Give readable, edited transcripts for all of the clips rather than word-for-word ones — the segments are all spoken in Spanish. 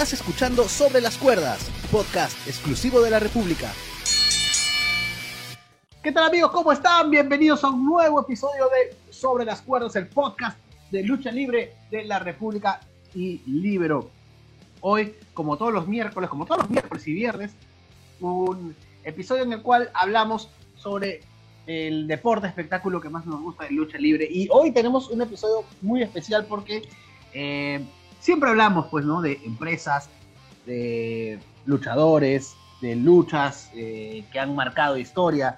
Estás escuchando Sobre las Cuerdas, podcast exclusivo de La República. ¿Qué tal, amigos? ¿Cómo están? Bienvenidos a un nuevo episodio de Sobre las Cuerdas, el podcast de lucha libre de La República y Libero. Hoy, como todos los miércoles y viernes, un episodio en el cual hablamos sobre el deporte, espectáculo que más nos gusta de lucha libre. Y hoy tenemos un episodio muy especial porque siempre hablamos, pues, ¿no?, de empresas, de luchadores, de luchas que han marcado historia,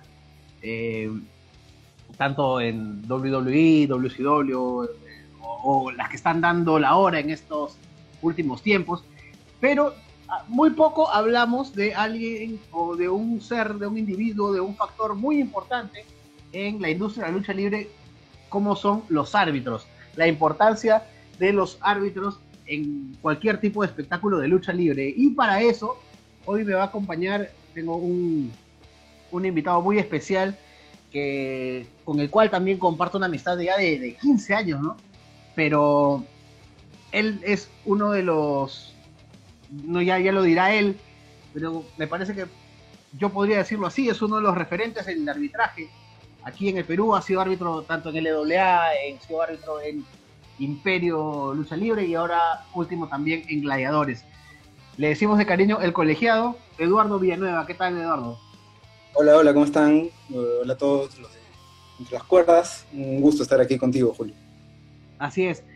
tanto en WWE, WCW o las que están dando la hora en estos últimos tiempos, pero muy poco hablamos de alguien o de un ser, de un individuo, de un factor muy importante en la industria de la lucha libre, como son los árbitros, la importancia de los árbitros en cualquier tipo de espectáculo de lucha libre. Y para eso, hoy me va a acompañar, tengo un invitado muy especial con el cual también comparto una amistad ya de 15 años, ¿no? Pero él es uno de los, no, ya lo dirá él, pero me parece que yo podría decirlo así, es uno de los referentes en el arbitraje aquí en el Perú. Ha sido árbitro tanto en LWA, ha sido árbitro en Imperio Lucha Libre y ahora último también en Gladiadores. Le decimos de cariño el colegiado Eduardo Villanueva. ¿Qué tal, Eduardo? Hola, ¿cómo están? Hola a todos los de Entre las Cuerdas. Un gusto estar aquí contigo, Julio. Así es.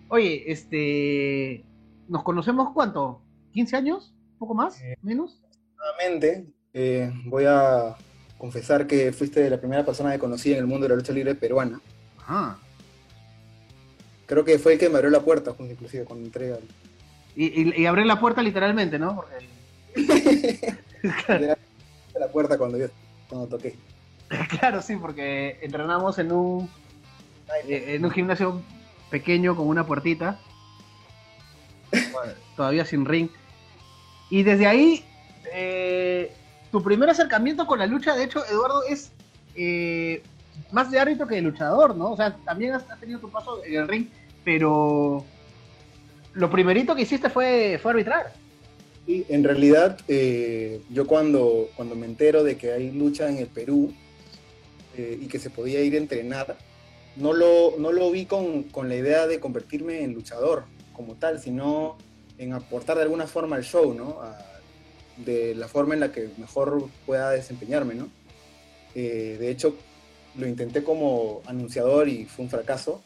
Oye, ¿nos conocemos cuánto? ¿15 años? ¿Un poco más? ¿Menos? Nuevamente, voy a confesar que fuiste la primera persona que conocí en el mundo de la lucha libre peruana. Ajá. Creo que fue el que me abrió la puerta, inclusive, cuando entré al... Y abrí la puerta literalmente, ¿no? Porque... la puerta cuando toqué. Claro, sí, porque entrenamos en un gimnasio pequeño con una puertita, todavía sin ring. Y desde ahí, tu primer acercamiento con la lucha, de hecho, Eduardo, es más de árbitro que de luchador, ¿no? O sea, también has tenido tu paso en el ring, pero lo primerito que hiciste fue arbitrar. Y en realidad, yo cuando me entero de que hay lucha en el Perú y que se podía ir a entrenar, no lo vi con la idea de convertirme en luchador como tal, sino en aportar de alguna forma al show, ¿no? De la forma en la que mejor pueda desempeñarme, ¿no? De hecho, lo intenté como anunciador y fue un fracaso,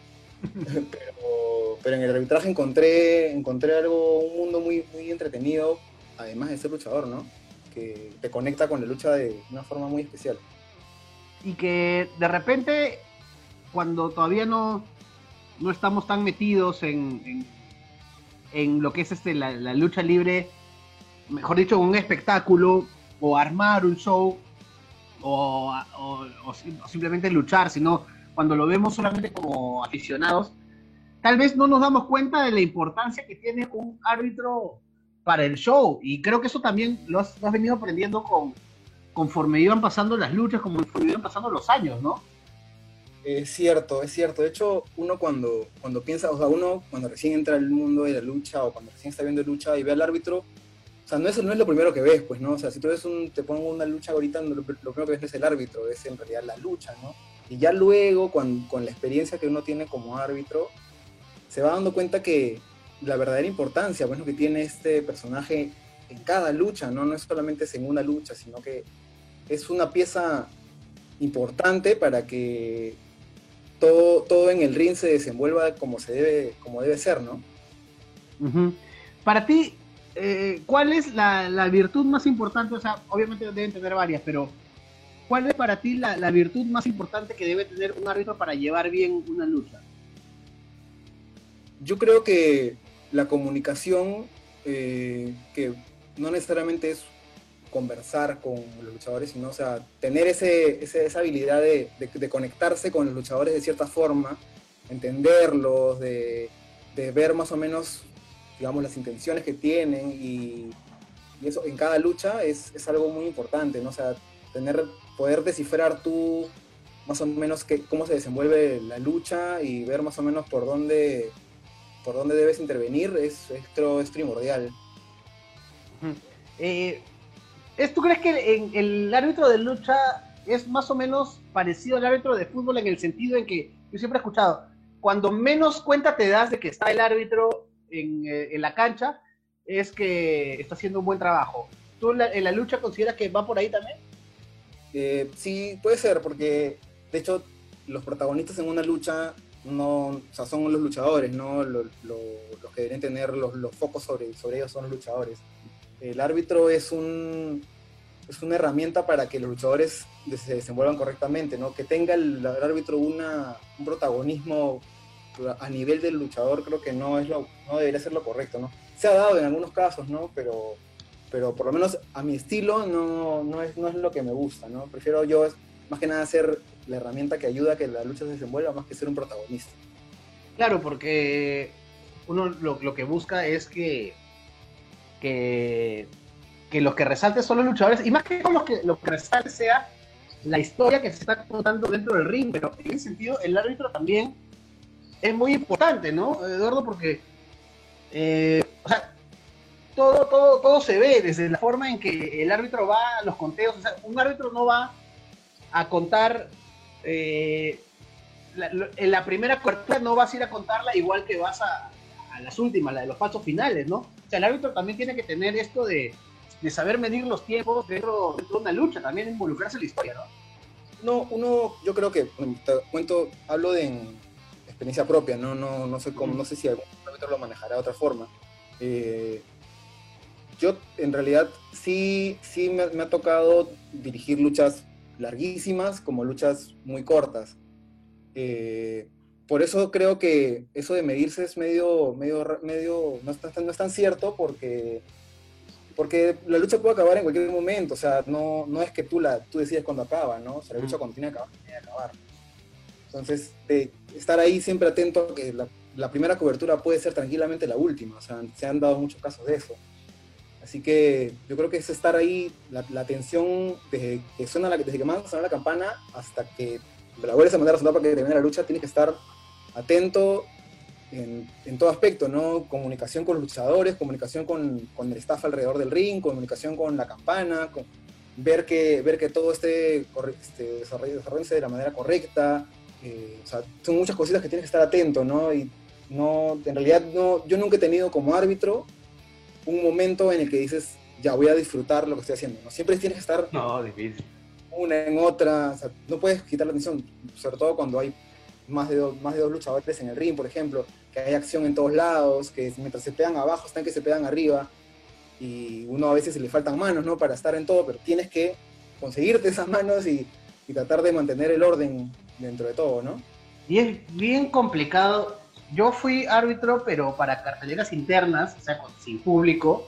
pero en el arbitraje encontré un mundo muy, muy entretenido, además de ser luchador, ¿no? Que te conecta con la lucha de una forma muy especial. Y que de repente, cuando todavía no estamos tan metidos en lo que es la lucha libre, mejor dicho, un espectáculo, o armar un show, o simplemente luchar, sino cuando lo vemos solamente como aficionados, tal vez no nos damos cuenta de la importancia que tiene un árbitro para el show. Y creo que eso también lo has venido aprendiendo conforme iban pasando las luchas, conforme iban pasando los años, ¿no? Es cierto. De hecho, uno cuando piensa, o sea, uno cuando recién entra al mundo de la lucha o cuando recién está viendo lucha y ve al árbitro, o sea, no es lo primero que ves, pues, ¿no? O sea, si tú te pongo una lucha ahorita, lo primero que ves no es el árbitro, es en realidad la lucha, ¿no? Y ya luego, con la experiencia que uno tiene como árbitro, se va dando cuenta que la verdadera importancia, bueno, que tiene este personaje en cada lucha, ¿no? No es solamente en una lucha, sino que es una pieza importante para que todo en el ring se desenvuelva como debe ser, ¿no? Uh-huh. Para ti, ¿cuál es la virtud más importante? O sea, obviamente deben tener varias, pero ¿cuál es para ti la virtud más importante que debe tener un árbitro para llevar bien una lucha? Yo creo que la comunicación, que no necesariamente es conversar con los luchadores, sino, o sea, tener esa habilidad de conectarse con los luchadores de cierta forma, entenderlos, de ver más o menos, digamos, las intenciones que tienen, y eso en cada lucha es algo muy importante, ¿no? O sea, poder descifrar tú más o menos cómo se desenvuelve la lucha y ver más o menos por dónde debes intervenir es primordial. Ujú. Eh, ¿Tú crees que el árbitro de lucha es más o menos parecido al árbitro de fútbol en el sentido en que yo siempre he escuchado, cuando menos cuenta te das de que está el árbitro en la cancha, es que está haciendo un buen trabajo? ¿Tú en la lucha consideras que va por ahí también? Sí, puede ser, porque de hecho los protagonistas en una lucha no, o sea, son los luchadores, ¿no? Los que deberían tener los focos sobre ellos son los luchadores. El árbitro es una herramienta para que los luchadores se desenvuelvan correctamente, ¿no? Que tenga el árbitro un protagonismo a nivel del luchador, creo que no debería ser lo correcto, ¿no? Se ha dado en algunos casos, ¿no? Pero por lo menos a mi estilo no es lo que me gusta, ¿no? Prefiero yo más que nada ser la herramienta que ayuda a que la lucha se desenvuelva más que ser un protagonista. Claro, porque uno lo que busca es que, que los que resalten son los luchadores, y más que lo que resalte sea la historia que se está contando dentro del ring, pero en ese sentido el árbitro también es muy importante, ¿no, Eduardo? Porque, o sea, todo se ve desde la forma en que el árbitro va a los conteos. O sea, un árbitro no va a contar eh, en la primera cobertura, no vas a ir a contarla igual que vas a las últimas, la de los pasos finales, ¿no? O sea, el árbitro también tiene que tener esto de saber medir los tiempos dentro de una lucha, también involucrarse en la historia, ¿no? Yo creo que, te cuento, hablo de experiencia propia, no sé cómo, Mm. no sé si algún árbitro lo manejará de otra forma. Eh, yo en realidad sí me ha tocado dirigir luchas larguísimas como luchas muy cortas. Eh, por eso creo que eso de medirse es medio no es tan cierto porque la lucha puede acabar en cualquier momento, o sea, no es que tú decides cuándo acaba, ¿no? O sea, la lucha cuando tiene que acabar, tiene que acabar. Entonces, estar ahí siempre atento a que la primera cobertura puede ser tranquilamente la última, o sea, se han dado muchos casos de eso. Así que yo creo que es estar ahí, la atención desde que manda a sonar la campana hasta que la vuelves a mandar a sonar para que termine la lucha, tienes que estar atento en todo aspecto, ¿no? Comunicación con los luchadores, comunicación con el staff alrededor del ring, comunicación con la campana, ver que todo desarrollándose de la manera correcta. O sea, son muchas cositas que tienes que estar atento, ¿no? Y en realidad yo nunca he tenido como árbitro un momento en el que dices, ya voy a disfrutar lo que estoy haciendo, ¿no? Siempre tienes que estar No, difícil. una en otra, o sea, no puedes quitar la atención, sobre todo cuando hay más de dos luchadores en el ring, por ejemplo, que hay acción en todos lados, que mientras se pegan abajo están que se pegan arriba, y uno a veces se le faltan manos, ¿no? Para estar en todo, pero tienes que conseguirte esas manos y tratar de mantener el orden dentro de todo, ¿no? Y es bien complicado. Yo fui árbitro, pero para carteleras internas, o sea, sin público,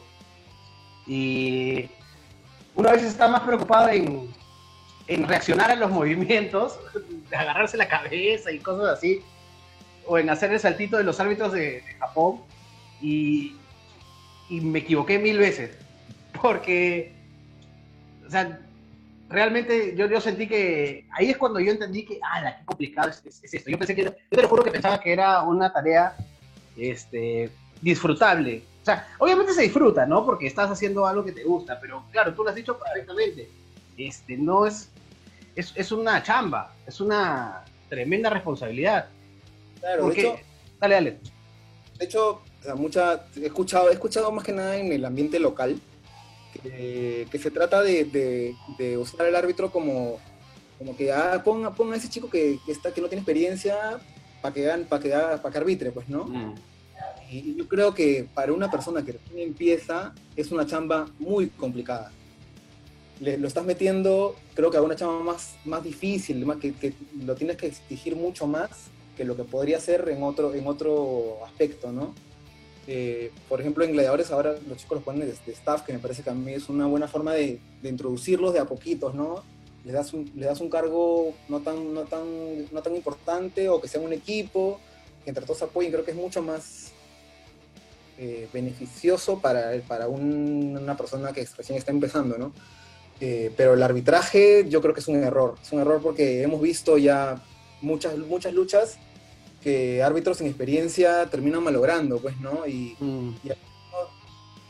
y uno a veces está más preocupado en reaccionar a los movimientos, de agarrarse la cabeza y cosas así, o en hacer el saltito de los árbitros de Japón, y, y me equivoqué mil veces, porque, o sea, realmente yo sentí que, ahí es cuando yo entendí que, qué complicado es esto. Yo pensé que, yo te lo juro que pensaba que era una tarea disfrutable. O sea, obviamente se disfruta, ¿no? Porque estás haciendo algo que te gusta, pero claro, tú lo has dicho perfectamente. No es una chamba, es una tremenda responsabilidad. Claro, Porque, dale, dale. de hecho, o sea, he escuchado más que nada en el ambiente local, que se trata de usar al árbitro como que ponga a ese chico que no tiene experiencia para que arbitre, pues, ¿no? Mm. Y yo creo que para una persona que recién empieza es una chamba muy complicada. Lo estás metiendo, creo que a una chamba más difícil, que lo tienes que exigir mucho más que lo que podría ser en otro aspecto, ¿no? Por ejemplo, en Gladiadores ahora los chicos los ponen de staff, que me parece que a mí es una buena forma de introducirlos de a poquitos, ¿no? Les das un cargo no tan importante, o que sea un equipo, que entre todos apoyen. Creo que es mucho más beneficioso para una persona que recién está empezando, ¿no? Pero el arbitraje yo creo que es un error porque hemos visto ya muchas luchas que árbitros sin experiencia terminan malogrando, pues, ¿no? Mm. Y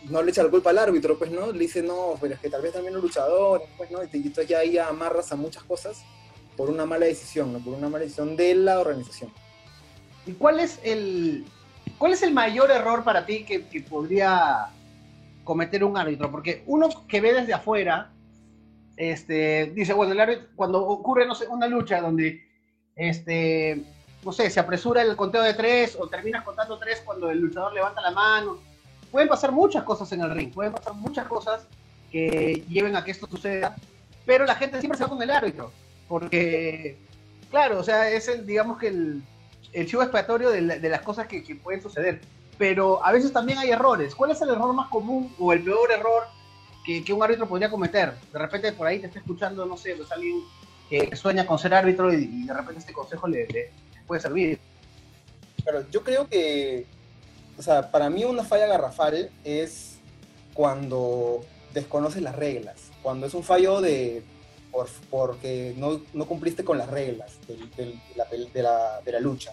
no le echa la culpa al árbitro, pues, ¿no? Le dice, no, pero es que tal vez también los luchadores, pues, ¿no? Y entonces ya ahí amarras a muchas cosas por una mala decisión, ¿no? Por una mala decisión de la organización. ¿Y cuál es el mayor error para ti que podría cometer un árbitro? Porque uno que ve desde afuera, dice, bueno, el árbitro, cuando ocurre, no sé, una lucha donde, no sé, se apresura el conteo de 3 o terminas contando 3 cuando el luchador levanta la mano, pueden pasar muchas cosas en el ring, pueden pasar muchas cosas que lleven a que esto suceda, pero la gente siempre se va con el árbitro, porque, claro, o sea, es digamos que el chivo expiatorio de las cosas que pueden suceder, pero a veces también hay errores. ¿Cuál es el error más común o el peor error que un árbitro podría cometer? De repente por ahí te está escuchando, no sé, pues alguien que sueña con ser árbitro y de repente este consejo le puede servir. Pero yo creo que, o sea, para mí una falla garrafal es cuando desconoces las reglas, cuando es un fallo porque no cumpliste con las reglas de la lucha.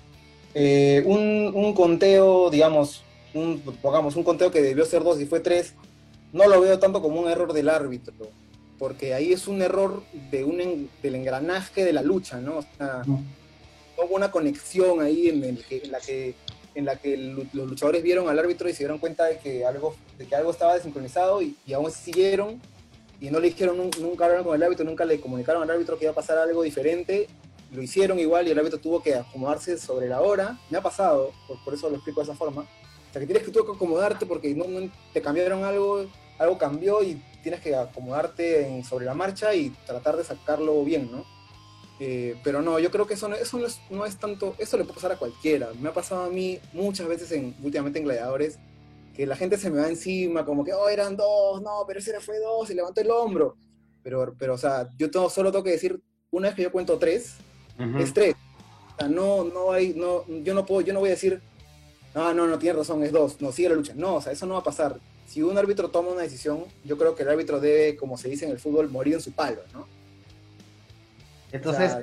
Un conteo, digamos, pongamos un conteo que debió ser 2 y fue 3, no lo veo tanto como un error del árbitro, porque ahí es un error del engranaje de la lucha, ¿no? O sea, no hubo una conexión ahí en la que los luchadores vieron al árbitro y se dieron cuenta de que algo estaba desincronizado y aún así siguieron y no le dijeron, nunca hablaron con el árbitro, nunca le comunicaron al árbitro que iba a pasar algo diferente. Lo hicieron igual y el árbitro tuvo que acomodarse sobre la hora. Me ha pasado, por eso lo explico de esa forma. O sea, que tienes que tú acomodarte porque no te cambiaron algo cambió y tienes que acomodarte sobre la marcha y tratar de sacarlo bien, ¿no? Pero no, yo creo que eso no es tanto, eso le puede pasar a cualquiera. Me ha pasado a mí muchas veces últimamente en Gladiadores, que la gente se me va encima, como que, oh, eran 2, no, pero ese fue 2 y levantó el hombro. Pero o sea, solo tengo que decir, una vez que yo cuento 3, es 3. O sea, yo no voy a decir, no, tienes razón, es 2, no, sigue la lucha. No, o sea, eso no va a pasar. Si un árbitro toma una decisión, yo creo que el árbitro debe, como se dice en el fútbol, morir en su palo, ¿no? Entonces, o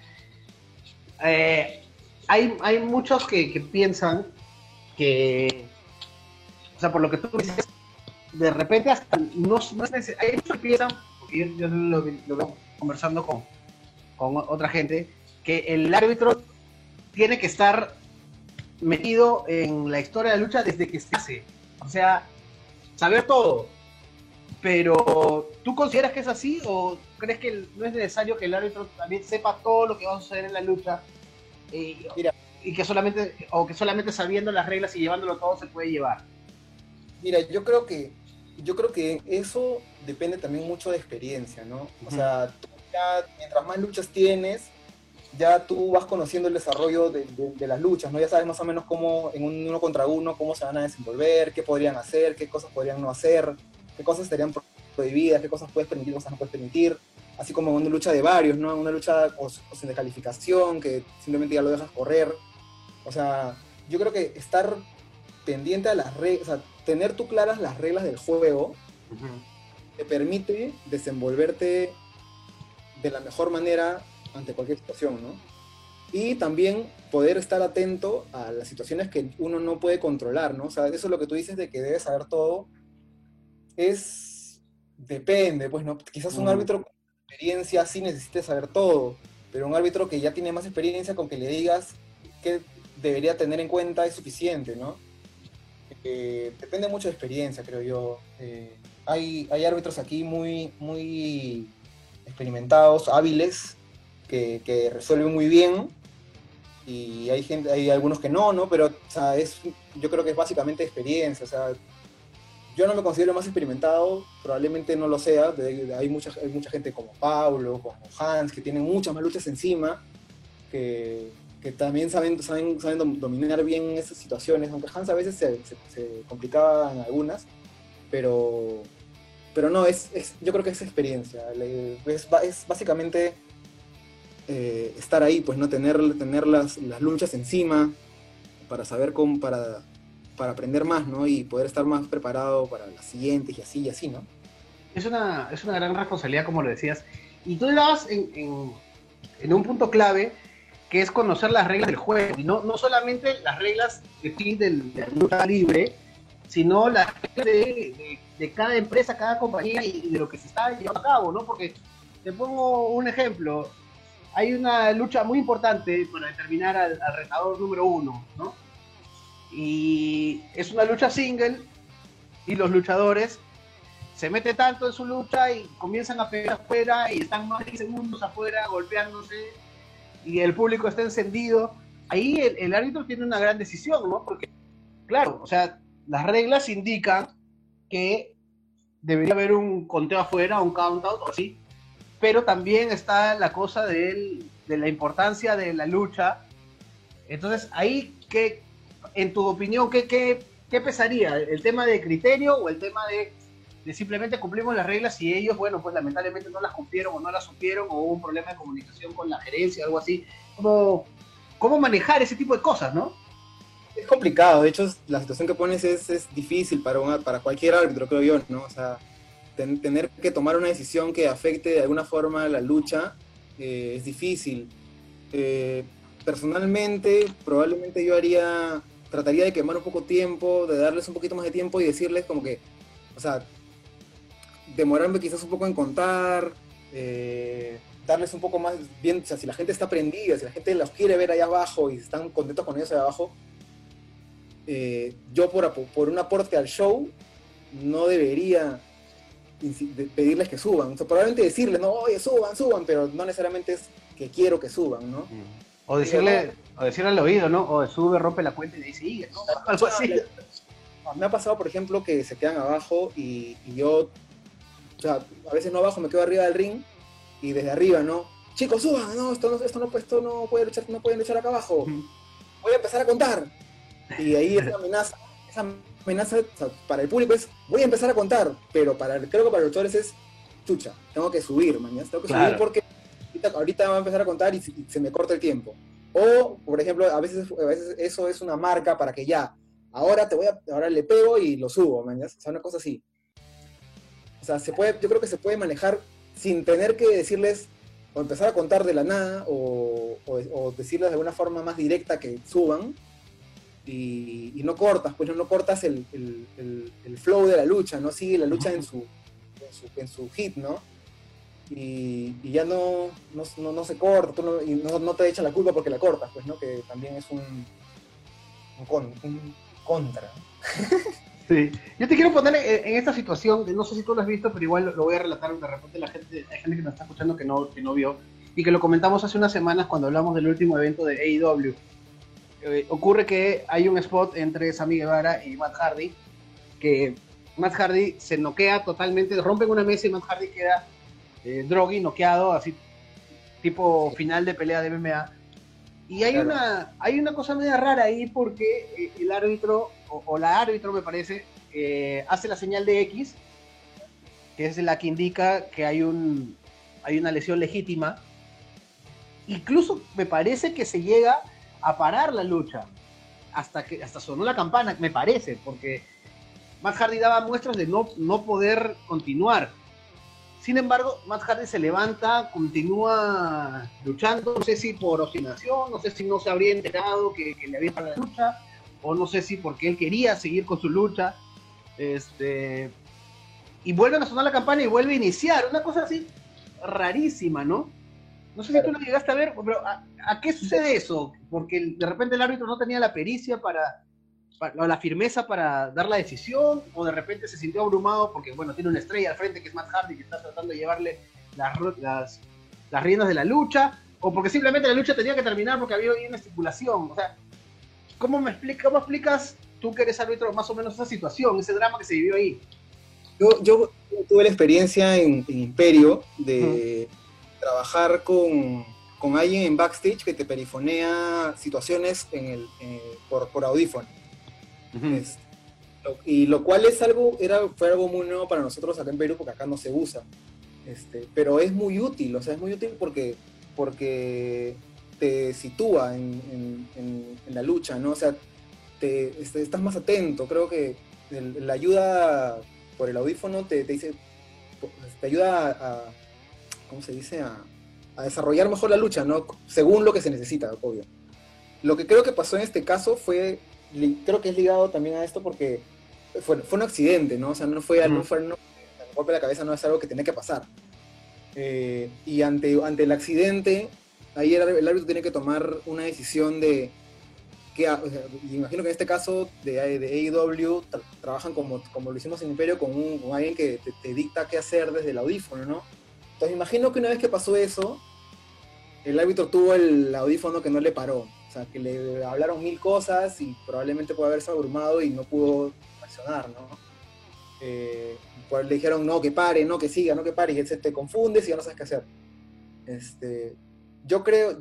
sea, hay muchos que piensan que, o sea, por lo que tú dices, de repente hasta no es necesario. Hay muchos que piensan, porque yo lo veo conversando con otra gente, que el árbitro tiene que estar metido en la historia de la lucha desde que se hace. O sea, saber todo. Pero, ¿tú consideras que es así o crees que no es necesario que el árbitro también sepa todo lo que va a suceder en la lucha? Mira, y que solamente sabiendo las reglas y llevándolo todo se puede llevar. Mira, yo creo que eso depende también mucho de experiencia, ¿no? O sea, tú ya, mientras más luchas tienes, ya tú vas conociendo el desarrollo de las luchas, ¿no? Ya sabes más o menos cómo, en un 1 contra 1, cómo se van a desenvolver, qué podrían hacer, qué cosas podrían no hacer, qué cosas estarían prohibidas, qué cosas puedes permitir, qué cosas no puedes permitir, así como en una lucha de varios, ¿no? Una lucha o sin descalificación, que simplemente ya lo dejas correr. O sea, yo creo que estar pendiente a las reglas, o sea, tener tú claras las reglas del juego, te permite desenvolverte de la mejor manera ante cualquier situación, ¿no? Y también poder estar atento a las situaciones que uno no puede controlar, ¿no? O sea, eso es lo que tú dices de que debes saber todo, depende, pues, ¿no? Quizás un árbitro con experiencia sí necesite saber todo, pero un árbitro que ya tiene más experiencia con que le digas qué debería tener en cuenta es suficiente, ¿no? Depende mucho de experiencia, creo yo. Hay árbitros aquí muy, muy experimentados, hábiles, que resuelven muy bien, y hay algunos que no, pero o sea, yo creo que es básicamente experiencia. O sea, yo no me considero más experimentado, probablemente no lo sea. Hay mucha gente como Paulo, como Hans, que tienen muchas más luchas encima, que también saben dominar bien esas situaciones, aunque Hans a veces se complicaba en algunas, pero no, yo creo que es experiencia. Es básicamente estar ahí, pues, no tener las luchas encima para saber cómo, para aprender más, ¿no? Y poder estar más preparado para las siguientes y así, ¿no? Es una gran responsabilidad, como lo decías. Y tú dabas en un punto clave, que es conocer las reglas del juego. Y no solamente las reglas de la lucha libre, sino la de cada empresa, cada compañía y de lo que se está llevando a cabo, ¿no? Porque te pongo un ejemplo, hay una lucha muy importante para determinar al retador número uno, ¿no? Y es una lucha single y los luchadores se meten tanto en su lucha y comienzan a pegar afuera y están más de 10 segundos afuera golpeándose y el público está encendido. Ahí el árbitro tiene una gran decisión, ¿no? Porque, claro, o sea, las reglas indican que debería haber un conteo afuera, un count out o así, pero también está la cosa de la importancia de la lucha. Entonces, ahí, en tu opinión, ¿qué pesaría? ¿El tema de criterio o el tema de simplemente cumplimos las reglas y ellos, bueno, pues lamentablemente no las cumplieron o no las supieron o hubo un problema de comunicación con la gerencia, algo así? ¿Cómo manejar ese tipo de cosas, no? Es complicado, de hecho la situación que pones es difícil para cualquier árbitro, creo yo, ¿no? O sea, tener que tomar una decisión que afecte de alguna forma la lucha es difícil. Personalmente, probablemente trataría de quemar un poco tiempo, de darles un poquito más de tiempo y decirles como que, o sea, demorarme quizás un poco en contar, darles un poco más bien, o sea, si la gente está prendida, si la gente los quiere ver allá abajo y están contentos con ellos allá abajo, yo por un aporte al show no debería pedirles que suban, o sea, probablemente decirles, no, oye, suban, pero no necesariamente es que quiero que suban, ¿no? O decirle al oído, ¿no? O sube, rompe la cuenta y le dice, sigue, ¿no? Algo así. Me ha pasado, por ejemplo, que se quedan abajo y yo, o sea, a veces no abajo, me quedo arriba del ring y desde arriba, ¿no? Chicos, suban, no, esto no puede luchar, no pueden luchar acá abajo. Voy a empezar a contar. Y ahí esa amenaza, o sea, para el público es, voy a empezar a contar, pero creo que para los luchadores es, chucha, tengo que subir, mañana, tengo que subir porque ahorita va a empezar a contar y se me corta el tiempo. O, por ejemplo, a veces eso es una marca para que ya, ahora le pego y lo subo, mañana, o sea, una cosa así. O sea, yo creo que se puede manejar sin tener que decirles o empezar a contar de la nada o decirles de alguna forma más directa que suban y no cortas, pues no cortas el flow de la lucha, ¿no? Sigue la lucha en su hit, ¿no? Y ya no se corta, y no te echan la culpa porque la cortas, pues, ¿no? Que también es un contra. Sí. Yo te quiero poner en esta situación, no sé si tú lo has visto, pero igual lo voy a relatar, de repente hay gente que nos está escuchando que no vio, y que lo comentamos hace unas semanas cuando hablamos del último evento de AEW. Ocurre que hay un spot entre Sammy Guevara y Matt Hardy, que Matt Hardy se noquea totalmente, rompen una mesa y Matt Hardy queda groggy, noqueado, así tipo final de pelea de MMA. Y hay una cosa media rara ahí porque el árbitro, o la árbitro me parece, hace la señal de X, que es la que indica que hay una lesión legítima. Incluso me parece que se llega a parar la lucha hasta sonó la campana, me parece, porque Matt Hardy daba muestras de no poder continuar. Sin embargo, Matt Hardy se levanta, continúa luchando, no sé si por obstinación, no sé si no se habría enterado que le había parado la lucha, o no sé si porque él quería seguir con su lucha, y vuelven a sonar la campana y vuelve a iniciar, una cosa así rarísima, ¿no? No sé si tú lo llegaste a ver, pero ¿a qué sucede eso? Porque de repente el árbitro no tenía la pericia o la firmeza para dar la decisión, o de repente se sintió abrumado porque, bueno, tiene una estrella al frente que es Matt Hardy, que está tratando de llevarle las riendas de la lucha, o porque simplemente la lucha tenía que terminar porque había una estipulación. O sea, ¿cómo explicas tú que eres árbitro más o menos esa situación, ese drama que se vivió ahí? Yo tuve la experiencia en Imperio de trabajar con alguien en backstage que te perifonea situaciones por audífono. Y lo cual fue algo muy nuevo para nosotros acá en Perú, porque acá no se usa. Pero es muy útil, o sea, es muy útil porque te sitúa en la lucha, ¿no? O sea, estás más atento. Creo que la ayuda por el audífono te ayuda a ¿cómo se dice? A desarrollar mejor la lucha, ¿no? Según lo que se necesita, obvio. Lo que creo que pasó en este caso creo que es ligado también a esto porque fue un accidente, ¿no? O sea, no fue algo, Ujú. el golpe de la cabeza no es algo que tenía que pasar. Y ante el accidente, ahí el árbitro tiene que tomar una decisión de o sea, imagino que en este caso de AEW trabajan como lo hicimos en Imperio con alguien que te dicta qué hacer desde el audífono, ¿no? Entonces imagino que una vez que pasó eso, el árbitro tuvo el audífono que no le paró. O sea, que le hablaron mil cosas y probablemente pudo haberse abrumado y no pudo reaccionar, ¿no? Pues le dijeron, no, que pare, no, que siga, no, que pare, y él se te confundes y ya no sabes qué hacer. Yo creo,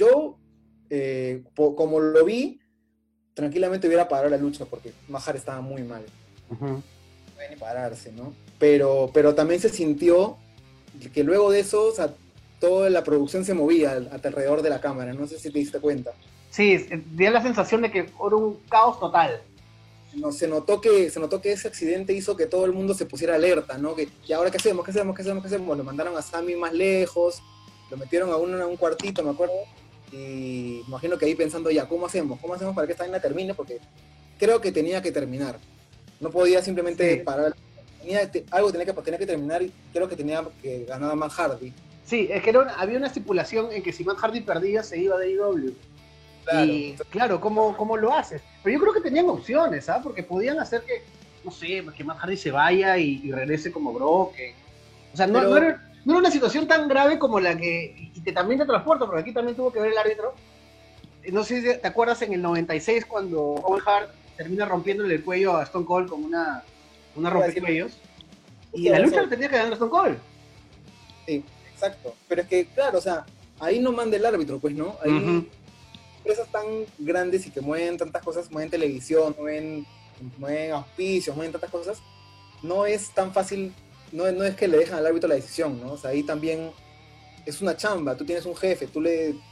como lo vi, tranquilamente hubiera parado la lucha porque Majar estaba muy mal. Ujú. No puede ni pararse, ¿no? Pero también se sintió que luego de eso, o sea, toda la producción se movía alrededor de la cámara, no sé si te diste cuenta. Sí, dio la sensación de que era un caos total. No, se notó que ese accidente hizo que todo el mundo se pusiera alerta, ¿no? ¿Y ahora qué hacemos? ¿Qué hacemos? ¿Qué hacemos? ¿Qué hacemos? Lo mandaron a Sammy más lejos, lo metieron a un cuartito, me acuerdo, y imagino que ahí pensando ya, ¿cómo hacemos? ¿Cómo hacemos para que esta vaina termine? Porque creo que tenía que terminar. No podía simplemente Sí, parar. Algo tenía que terminar y creo que tenía que ganar a Matt Hardy. sí, es que había una estipulación en que si Matt Hardy perdía se iba de AEW. Claro. Y claro, ¿cómo lo haces? Pero yo creo que tenían opciones, ¿ah? Porque podían hacer que, no sé, que Matt Hardy se vaya y regrese como Brock. O sea, Pero, no era una situación tan grave como la que, y también te transporta, porque aquí también tuvo que ver el árbitro. No sé si te acuerdas en el 96 cuando Owen Hart termina rompiéndole el cuello a Stone Cold con una iba a decir, rompecuellos. Y justo la lucha eso, la tenía que ganar Stone Cold. sí, exacto. Pero es que, claro, o sea, ahí no manda el árbitro, pues, ¿no? Ujú. Ahí empresas tan grandes y que mueven tantas cosas, mueven televisión, mueven auspicios, mueven tantas cosas, no es tan fácil, no es que le dejan al árbitro la decisión, ¿no? O sea, ahí también es una chamba, tú tienes un jefe, tú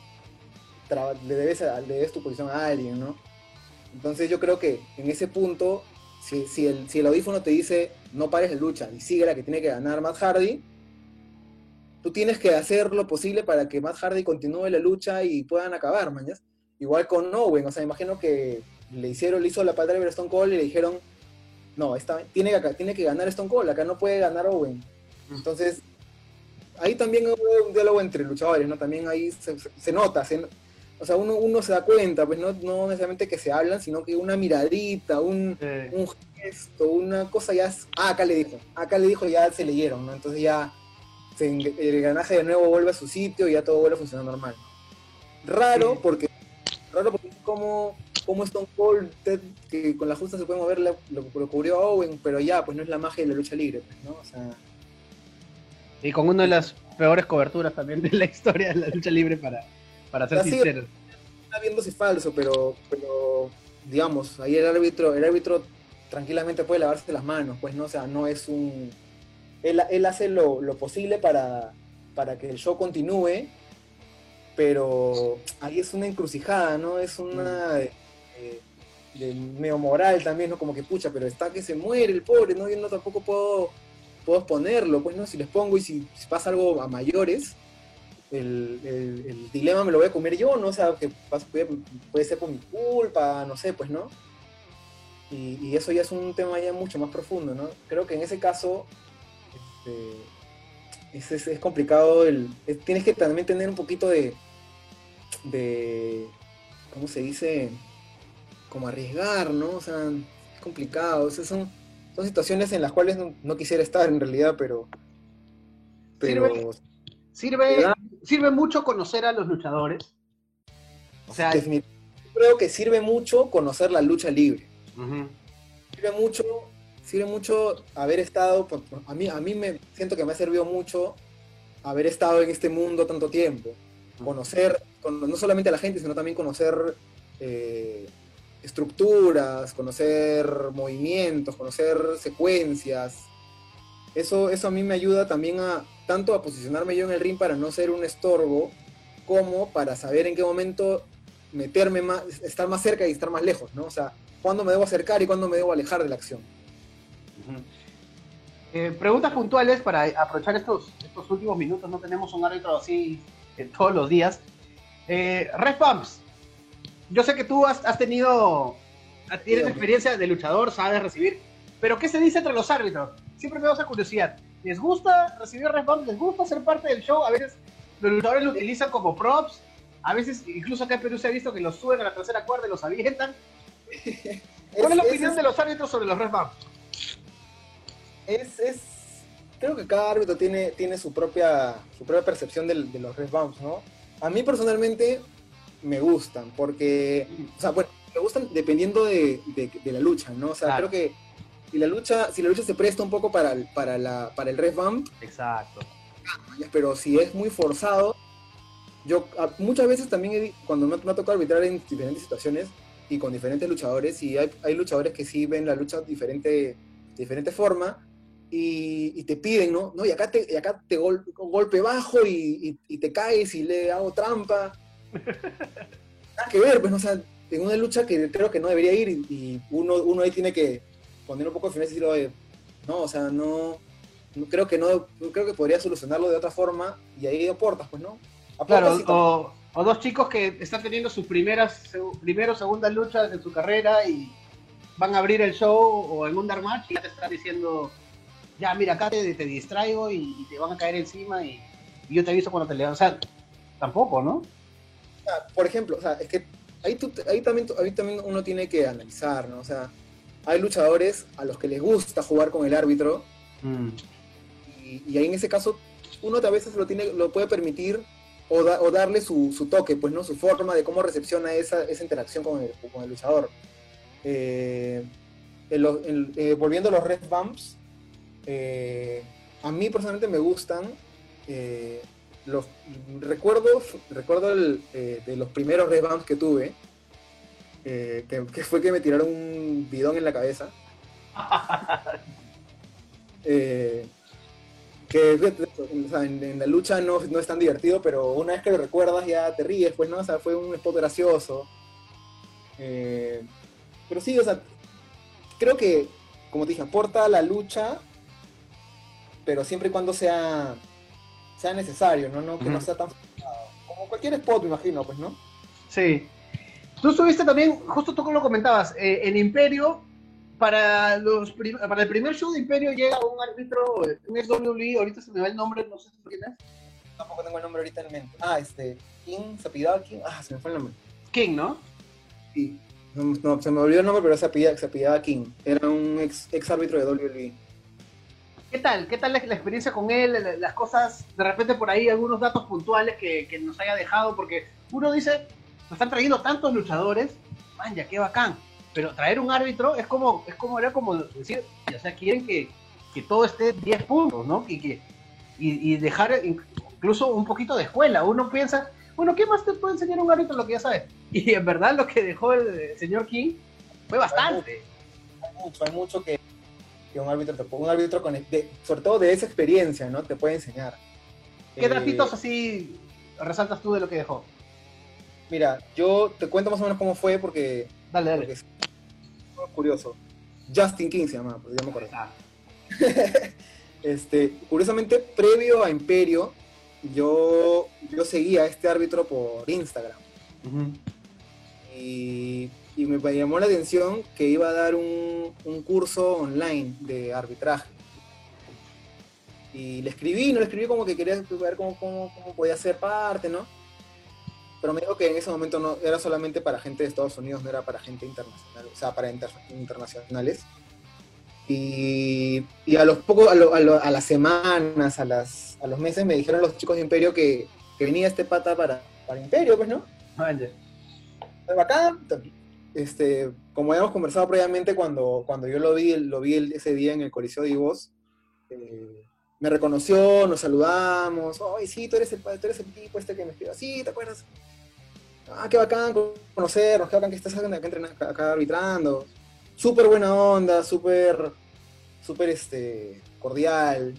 le debes tu posición a alguien, ¿no? Entonces yo creo que en ese punto, si el audífono te dice no pares la lucha y sigue la que tiene que ganar Matt Hardy, tú tienes que hacer lo posible para que Matt Hardy continúe la lucha y puedan acabar, mañas. Igual con Owen, o sea, imagino que le hizo la patada a Stone Cold y le dijeron, no, tiene que ganar Stone Cold, acá no puede ganar Owen. Entonces, ahí también hubo un diálogo entre luchadores, ¿no? También ahí se nota, o sea, uno se da cuenta, pues no necesariamente que se hablan, sino que una miradita, Eh, un gesto, una cosa ya acá le dijo, ya se leyeron, ¿no? Entonces ya el engranaje de nuevo vuelve a su sitio y ya todo vuelve a funcionar normal. Raro sí. porque, como Stone Cold, que con la justa se puede mover, lo cubrió a Owen, pero ya, pues no es la magia de la lucha libre, pues, ¿no? O sea, Y con una de las peores coberturas también de la historia de la lucha libre, para ser así sinceros. está viéndose falso, pero digamos, ahí el árbitro tranquilamente puede lavarse las manos, pues no, o sea, no es él hace lo posible para que el show continúe, pero ahí es una encrucijada, ¿no? Es una de medio moral también, ¿no? Como que pucha, pero está que se muere el pobre, ¿no? Yo no tampoco puedo exponerlo, pues, ¿no? Si les pongo y si pasa algo a mayores, el dilema me lo voy a comer yo, ¿no? O sea, que puede ser por mi culpa, no sé, pues, ¿no? Y eso ya es un tema ya mucho más profundo, ¿no? Creo que en ese caso es complicado, tienes que también tener un poquito de ¿cómo se dice? Como arriesgar, ¿no? O sea, es complicado, o sea, son situaciones en las cuales no quisiera estar en realidad, pero, Sirve, pero te sirve, da sirve mucho conocer a los luchadores. O sea, definitivamente. Creo que sirve mucho conocer la lucha libre. uh-huh. Sirve mucho, sirve mucho haber estado, a mí me siento que me ha servido mucho haber estado en este mundo tanto tiempo. Conocer, no solamente a la gente, sino también conocer estructuras, conocer movimientos, conocer secuencias. Eso a mí me ayuda también tanto a posicionarme yo en el ring para no ser un estorbo, como para saber en qué momento meterme más, estar más cerca y estar más lejos, ¿no? O sea, cuándo me debo acercar y cuándo me debo alejar de la acción. Preguntas puntuales para aprovechar estos últimos minutos. No tenemos un árbitro así todos los días. Red Pumps, yo sé que tú tienes experiencia de luchador, sabes recibir, Pero ¿qué se dice entre los árbitros? Siempre me da esa curiosidad. ¿Les gusta recibir ref bump? ¿Les gusta ser parte del show? A veces los luchadores lo utilizan como props. A veces, incluso acá en Perú se ha visto que los suben a la tercera cuerda y los avientan. ¿Cuál es la opinión de los árbitros sobre los ref bump? Creo que cada árbitro tiene su propia percepción de los ref bumps, ¿no? A mí personalmente me gustan, porque, o sea, bueno, me gustan dependiendo de la lucha, ¿no? O sea, claro. Creo que si la lucha se presta un poco para el ref bump. Exacto. Pero si es muy forzado, yo muchas veces también, cuando me ha tocado arbitrar en diferentes situaciones y con diferentes luchadores, y hay luchadores que sí ven la lucha de diferente forma, y te piden, ¿no? Y acá te golpe bajo y te caes y le hago trampa. Nada que ver, pues, ¿no? O sea, en una lucha que creo que no debería ir, y uno ahí tiene que poner un poco de fineza y decir, no, o sea, no creo que podría solucionarlo de otra forma, y ahí aportas, pues, ¿no? Aportas, claro, o dos chicos que están teniendo sus primera o segunda luchas en su carrera y van a abrir el show o en un dark match y ya te están diciendo, ya, mira, acá te distraigo y te van a caer encima y yo te aviso cuando te levantes. O sea, tampoco, ¿no? O sea, por ejemplo, o sea, es que ahí también uno tiene que analizar, ¿no? O sea, hay luchadores a los que les gusta jugar con el árbitro, y ahí en ese caso uno a veces lo puede permitir o darle su toque, pues, ¿no? Su forma de cómo recepciona esa interacción con el luchador. Volviendo a los ref bumps, a mí personalmente me gustan. Recuerdo de los primeros ref bumps que tuve, que fue que me tiraron un bidón en la cabeza. Que, o sea, en la lucha no es tan divertido, pero una vez que lo recuerdas ya te ríes, pues, ¿no? O sea, fue un spot gracioso. Pero sí, o sea, creo que, como te dije, aporta a la lucha, pero siempre y cuando sea necesario, ¿no? Que no sea tan forzado. Como cualquier spot, me imagino, pues, ¿no? Sí. Tú estuviste también, justo tú lo comentabas, en Imperio. Para el primer show de Imperio llega un árbitro, un ex WWE, ahorita se me va el nombre, no sé si quién es. Tampoco tengo el nombre ahorita en mente. King, se apellidaba King. Se me fue el nombre. King, ¿no? Sí. No, se me olvidó el nombre, pero se apellidaba King. Era un ex árbitro de WWE. ¿Qué tal? ¿Qué tal la experiencia con él? Las cosas, de repente por ahí, algunos datos puntuales que nos haya dejado, porque uno dice, nos están trayendo tantos luchadores, man, ya qué bacán. Pero traer un árbitro era como decir, o sea, quieren que todo esté 10 puntos, ¿no? Y dejar incluso un poquito de escuela. Uno piensa, bueno, ¿qué más te puede enseñar un árbitro lo que ya sabes? Y en verdad lo que dejó el señor King fue bastante. Hay mucho que un árbitro sobre todo de esa experiencia, ¿no? Te puede enseñar. ¿Qué datitos así resaltas tú de lo que dejó? Mira, yo te cuento más o menos cómo fue porque... Dale. Porque es curioso. Justin King se llama, pues ya me acuerdo. Curiosamente, previo a Imperio, yo seguía a este árbitro por Instagram. Y me llamó la atención que iba a dar un curso online de arbitraje. Y le escribí como que quería ver cómo podía ser parte, ¿no? Pero me dijo que en ese momento no era solamente para gente de Estados Unidos, no era para gente internacional, o sea, para internacionales. Y a las semanas, a los meses me dijeron los chicos de Imperio que venía este pata para Imperio, pues, ¿no? Fue bacán. Como habíamos conversado previamente, cuando yo lo vi ese día en el Coliseo de Ivos, me reconoció, nos saludamos. Oye, sí, tú eres el tipo que me escribió. Sí, ¿te acuerdas? Qué bacán conocernos, qué bacán que estás acá arbitrando. Súper buena onda, súper cordial.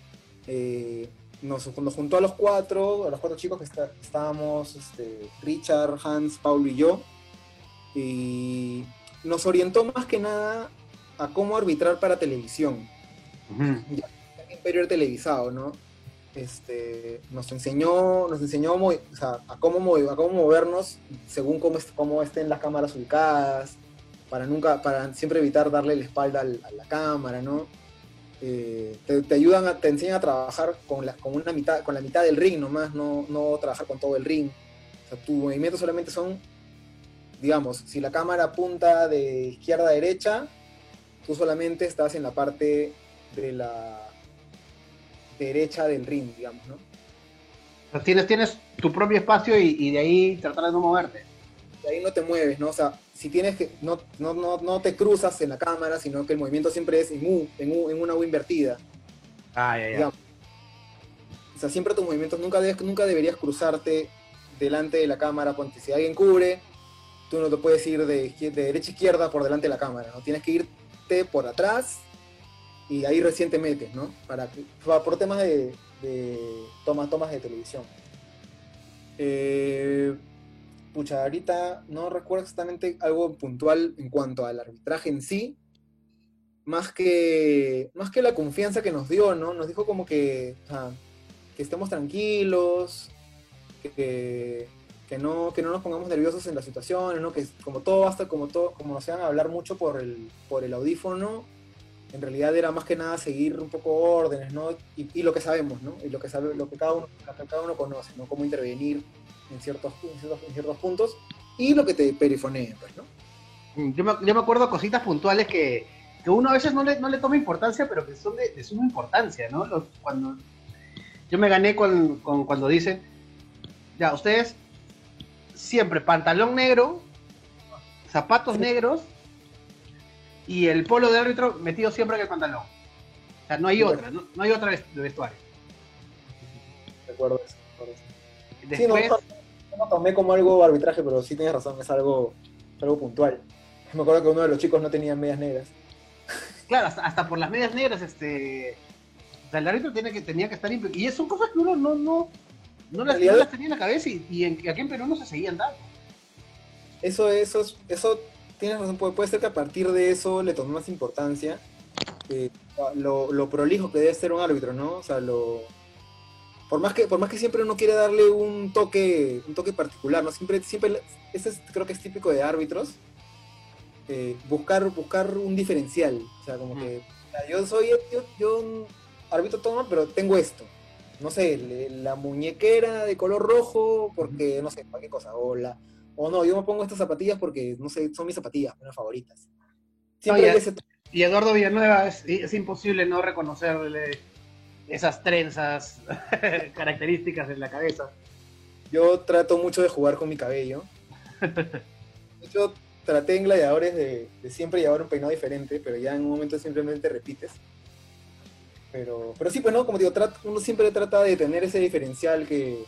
Nos juntó a los cuatro chicos que estábamos, Richard, Hans, Paulo y yo. Y nos orientó más que nada a cómo arbitrar para televisión. Ya, Imperio era televisado, ¿no? Nos enseñó a cómo movernos según cómo estén las cámaras ubicadas, para siempre evitar darle la espalda a la cámara, ¿no? Te ayudan, te enseñan a trabajar con la mitad del ring nomás, no trabajar con todo el ring. O sea, tus movimientos solamente son, digamos, si la cámara apunta de izquierda a derecha, tú solamente estás en la parte de la derecha del ring, digamos, ¿no? O sea, tienes tu propio espacio y de ahí tratar de no moverte. De ahí no te mueves, ¿no? O sea, si tienes que, no te cruzas en la cámara, sino que el movimiento siempre es en una U invertida. Ah, ya. Digamos. O sea, siempre tus movimientos, nunca deberías cruzarte delante de la cámara, porque si alguien cubre, tú no te puedes ir de derecha a izquierda por delante de la cámara, ¿no? Tienes que irte por atrás y ahí recién te metes, ¿no? Por temas de tomas de televisión. Pucha, ahorita no recuerdo exactamente algo puntual en cuanto al arbitraje en sí, más que la confianza que nos dio, ¿no? Nos dijo como que estemos tranquilos, que no nos pongamos nerviosos en las situaciones, ¿no? Que como nos iban a hablar mucho por el audífono, en realidad era más que nada seguir un poco órdenes, ¿no? Y lo que sabemos, ¿no? Y lo que cada uno conoce, ¿no? Cómo intervenir en ciertos puntos y lo que te perifonee, pues, ¿no? Yo me acuerdo cositas puntuales que uno a veces no le toma importancia, pero que son de suma importancia, ¿no? Cuando yo me gané cuando dicen, ya, ustedes siempre pantalón negro, zapatos negros y el polo de árbitro metido siempre en el pantalón. O sea, no hay otra, no hay otra de vestuario. Recuerdo eso. Después, sí, no lo tomé como algo arbitraje, pero sí tienes razón, es algo puntual. Me acuerdo que uno de los chicos no tenía medias negras. Claro, hasta por las medias negras, o sea, el árbitro tenía que estar limpio. Y son cosas que uno no las tenía en la cabeza y aquí en Perú no se seguían dando. Eso tienes razón, puede ser que a partir de eso le tomé más importancia. Lo prolijo que debe ser un árbitro, ¿no? O sea, por más que siempre uno quiere darle un toque particular, ¿no? Siempre creo que es típico de árbitros, buscar un diferencial. O sea, como que yo arbitro todo, pero tengo esto. No sé, la muñequera de color rojo porque, no sé, cualquier cosa. O no, yo me pongo estas zapatillas porque, no sé, son mis zapatillas, mis favoritas. Siempre y Eduardo Villanueva es imposible no reconocerle esas trenzas características en la cabeza. Yo trato mucho de jugar con mi cabello. Yo traté en Gladiadores de siempre llevar un peinado diferente, pero ya en un momento simplemente repites. Pero sí, pues no, como digo, uno siempre trata de tener ese diferencial que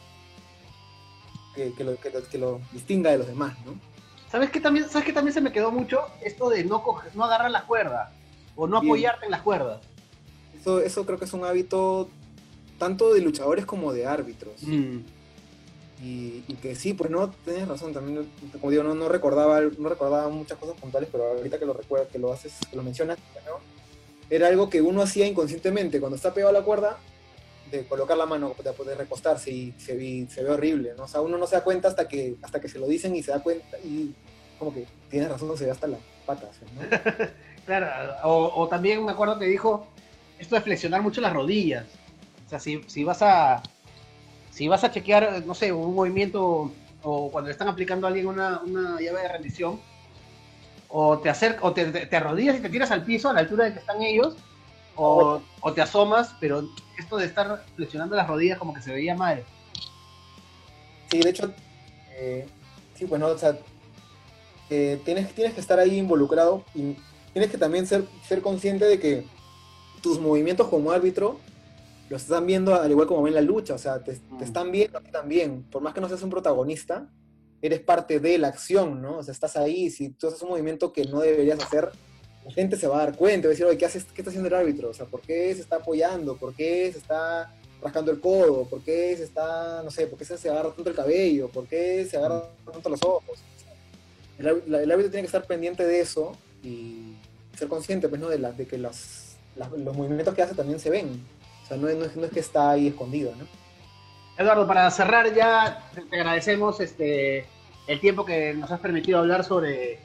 lo distinga de los demás, ¿no? ¿Sabes qué también se me quedó mucho? Esto de no agarrar la cuerda o no apoyarte en las cuerdas. Eso creo que es un hábito tanto de luchadores como de árbitros. Y que sí, pues no, tienes razón, también, como digo, no recordaba muchas cosas puntuales, pero ahorita que lo recuerdas, que lo mencionas, ¿no? Era algo que uno hacía inconscientemente, cuando está pegado a la cuerda, de colocar la mano, de recostarse, y se ve horrible, ¿no? O sea, uno no se da cuenta hasta que se lo dicen y se da cuenta, y como que tienes razón, se ve hasta las patas, ¿no? Claro, o también me acuerdo que dijo esto de flexionar mucho las rodillas. O sea, si vas a chequear, no sé, un movimiento, o cuando le están aplicando a alguien una llave de rendición, o te arrodillas y te tiras al piso a la altura de que están ellos, o te asomas, pero esto de estar flexionando las rodillas como que se veía mal. Sí, de hecho, sí, pues no, o sea, tienes que estar ahí involucrado y tienes que también ser consciente de que tus movimientos como árbitro los están viendo al igual como ven la lucha, o sea, te están viendo a ti también, por más que no seas un protagonista, eres parte de la acción, ¿no? O sea, estás ahí, si tú haces un movimiento que no deberías hacer, la gente se va a dar cuenta, va a decir, oye, ¿qué está haciendo el árbitro? O sea, ¿por qué se está apoyando? ¿Por qué se está rascando el codo? ¿Por qué por qué se agarra tanto el cabello? ¿Por qué se agarra tanto los ojos? O sea, el árbitro tiene que estar pendiente de eso y ser consciente, pues, ¿no? De que los movimientos que hace también se ven. O sea, no es que está ahí escondido, ¿no? Eduardo, para cerrar ya, te agradecemos el tiempo que nos has permitido hablar sobre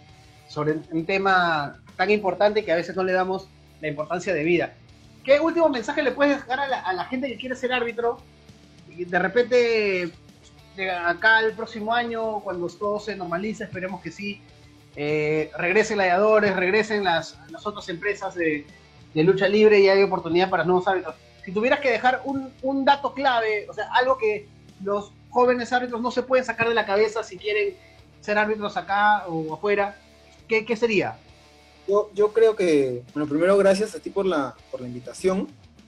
sobre un tema tan importante que a veces no le damos la importancia de vida. ¿Qué último mensaje le puedes dejar a la gente que quiere ser árbitro? Y de repente, de acá el próximo año, cuando todo se normalice, esperemos que sí, regresen gladiadores, regresen las otras empresas de lucha libre y hay oportunidad para nuevos árbitros. Si tuvieras que dejar un dato clave, o sea, algo que los jóvenes árbitros no se pueden sacar de la cabeza si quieren ser árbitros acá o afuera, ¿qué sería? Yo creo que, bueno, primero gracias a ti por la invitación.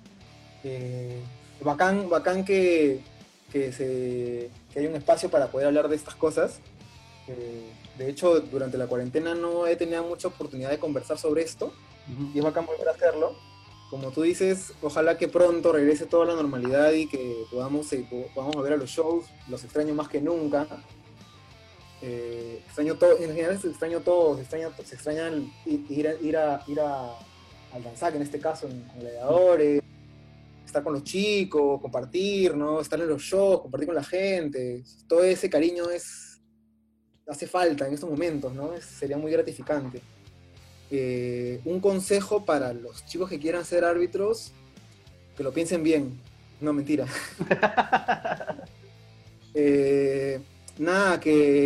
Bacán que hay un espacio para poder hablar de estas cosas. De hecho, durante la cuarentena no he tenido mucha oportunidad de conversar sobre esto, y es bacán volver a hacerlo. Como tú dices, ojalá que pronto regrese toda la normalidad y que podamos volver a los shows. Los extraño más que nunca. Extraño todo, en general se extraño todo, se extraña ir al danzac, en este caso, con gladiadores, estar con los chicos, compartir, ¿no? Estar en los shows, compartir con la gente. Todo ese cariño hace falta en estos momentos, ¿no? Sería muy gratificante. Un consejo para los chicos que quieran ser árbitros, que lo piensen bien. No, mentira. Nada,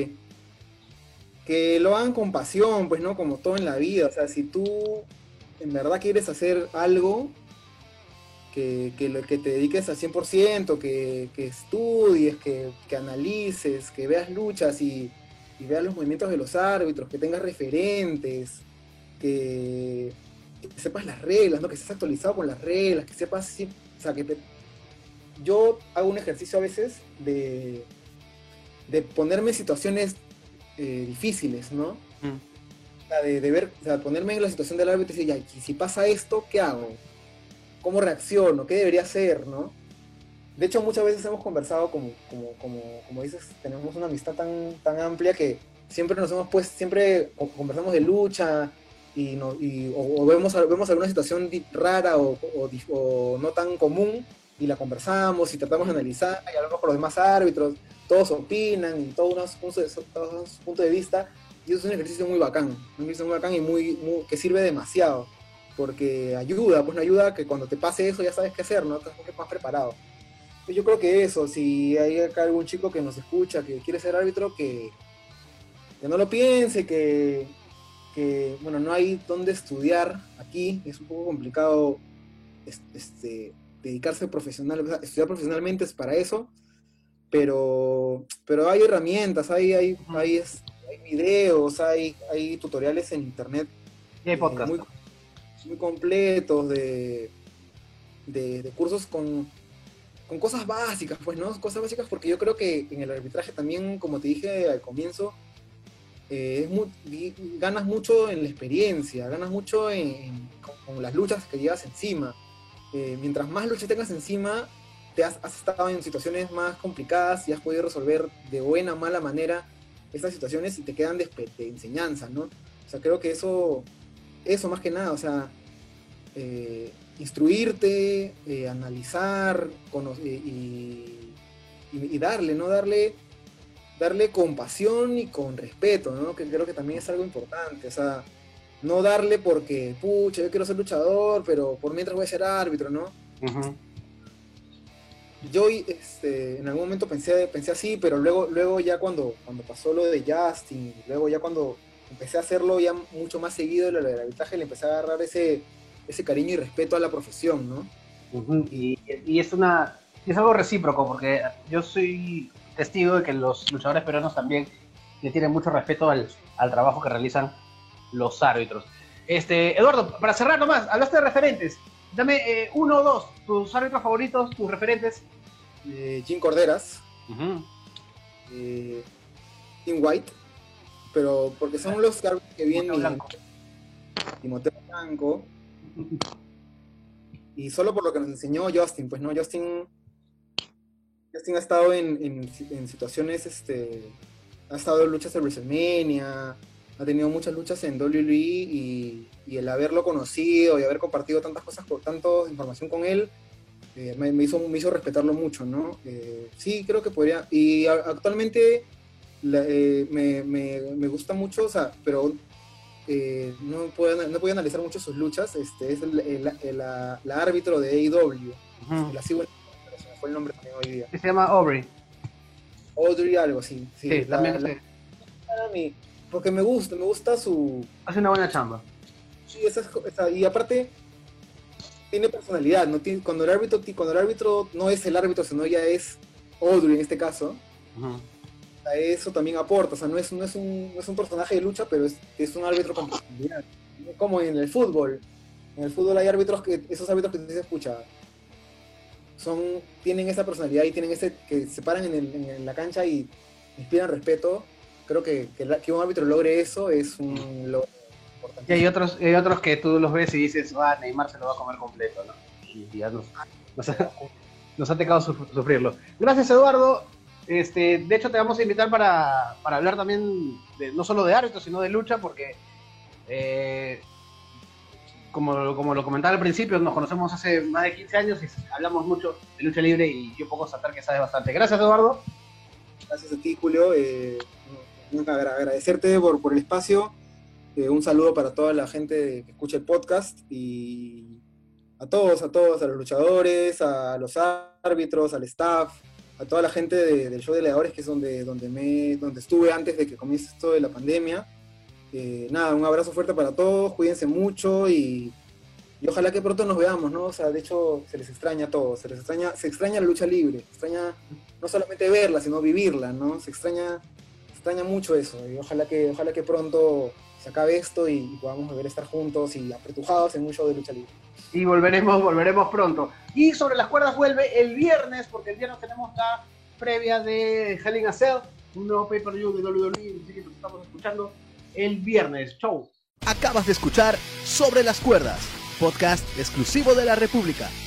que lo hagan con pasión, pues, ¿no? Como todo en la vida. O sea, si tú en verdad quieres hacer algo, que te dediques al 100%, que estudies, que analices, que veas luchas y veas los movimientos de los árbitros, que tengas referentes, que sepas las reglas, ¿no? Que estés actualizado con las reglas, que sepas, o sea, yo hago un ejercicio a veces de ponerme en situaciones difíciles, ¿no? O sea, de ver, o sea, ponerme en la situación del árbitro y decir, ya, si pasa esto, ¿qué hago? ¿Cómo reacciono? ¿Qué debería hacer, no? De hecho, muchas veces hemos conversado, como dices, tenemos una amistad tan amplia que siempre siempre conversamos de lucha o vemos alguna situación rara o no tan común y la conversamos y tratamos de analizar y hablamos con los demás árbitros, todos opinan y todos unos puntos de vista, y eso es un ejercicio muy bacán y muy, que sirve demasiado, porque ayuda que cuando te pase eso ya sabes qué hacer, ¿no? Estás más preparado. Yo creo que eso, si hay acá algún chico que nos escucha, que quiere ser árbitro, que no lo piense, que bueno, no hay dónde estudiar aquí, es un poco complicado dedicarse estudiar profesionalmente es para eso, pero hay herramientas, hay videos, hay tutoriales en internet Y hay podcast. muy completos de cursos con cosas básicas, pues, ¿no? Cosas básicas, porque yo creo que en el arbitraje también, como te dije al comienzo, ganas mucho en la experiencia, ganas mucho con las luchas que llevas encima. Mientras más luchas tengas encima, has estado en situaciones más complicadas y has podido resolver de buena o mala manera estas situaciones y te quedan de enseñanza, ¿no? O sea, creo que eso más que nada, o sea, instruirte, analizar, y darle, ¿no? Darle con pasión y con respeto, ¿no? Que creo que también es algo importante, o sea, no darle porque, pucha, yo quiero ser luchador, pero por mientras voy a ser árbitro, ¿no? Uh-huh. Yo en algún momento pensé así, pero luego ya cuando pasó lo de Justin, luego ya cuando empecé a hacerlo ya mucho más seguido lo del arbitraje, le empecé a agarrar ese cariño y respeto a la profesión, ¿no? Uh-huh. Y es algo recíproco, porque yo soy testigo de que los luchadores peruanos también le tienen mucho respeto al trabajo que realizan los árbitros. Eduardo, para cerrar nomás, hablaste de referentes. Dame uno o dos, tus árbitros favoritos, tus referentes. Jim Corderas, Tim White, pero porque son los árbitros que vienen. Timoteo Blanco. Y solo por lo que nos enseñó Justin, pues no, Justin ha estado en situaciones, ha estado en luchas de WrestleMania, ha tenido muchas luchas en WWE y el haberlo conocido y haber compartido tantas cosas, tanta información con él, me hizo respetarlo mucho, ¿no? Sí, creo que podría, y actualmente me gusta mucho, o sea, pero no puedo analizar mucho sus luchas. Es la árbitro de AEW. La sigo, pero se me fue el nombre también hoy día. Se llama Aubrey. Audrey algo, sí. Sí, también sé. Porque me gusta su... Hace una buena chamba. Sí, y aparte tiene personalidad, ¿no? Cuando el árbitro no es el árbitro, sino ya es Audrey en este caso, eso también aporta. O sea, no es un personaje de lucha, pero es un árbitro con personalidad. Como en el fútbol. En el fútbol hay esos árbitros que se escucha, tienen esa personalidad y tienen que se paran en la cancha y inspiran respeto. Creo que un árbitro logre eso es un logro importante. Y hay otros que tú los ves y dices, Neymar se lo va a comer completo, ¿no? Y ya nos ha tocado sufrirlo. Gracias, Eduardo. De hecho, te vamos a invitar para hablar también no solo de árbitros, sino de lucha, porque como lo comentaba al principio, nos conocemos hace más de 15 años y hablamos mucho de lucha libre y yo puedo constatar que sabes bastante. Gracias, Eduardo. Gracias a ti, Julio. Agradecerte por el espacio. Un saludo para toda la gente que escucha el podcast y a todos, a los luchadores, a los árbitros, al staff, a toda la gente del show de Leadores, que es donde estuve antes de que comience esto de la pandemia. Un abrazo fuerte para todos, cuídense mucho y ojalá que pronto nos veamos, ¿no? O sea, de hecho, se les extraña a todos, se extraña la lucha libre, se extraña no solamente verla, sino vivirla, ¿no? Se extraña mucho eso, y ojalá que pronto se acabe esto y podamos volver a estar juntos y apretujados en un show de lucha libre. Y volveremos pronto. Y Sobre las Cuerdas vuelve el viernes, porque el viernes tenemos la previa de Hell in a Cell, un nuevo pay-per-view de WWE, así que nos estamos escuchando el viernes. Chau. Acabas de escuchar Sobre las Cuerdas, podcast exclusivo de La República.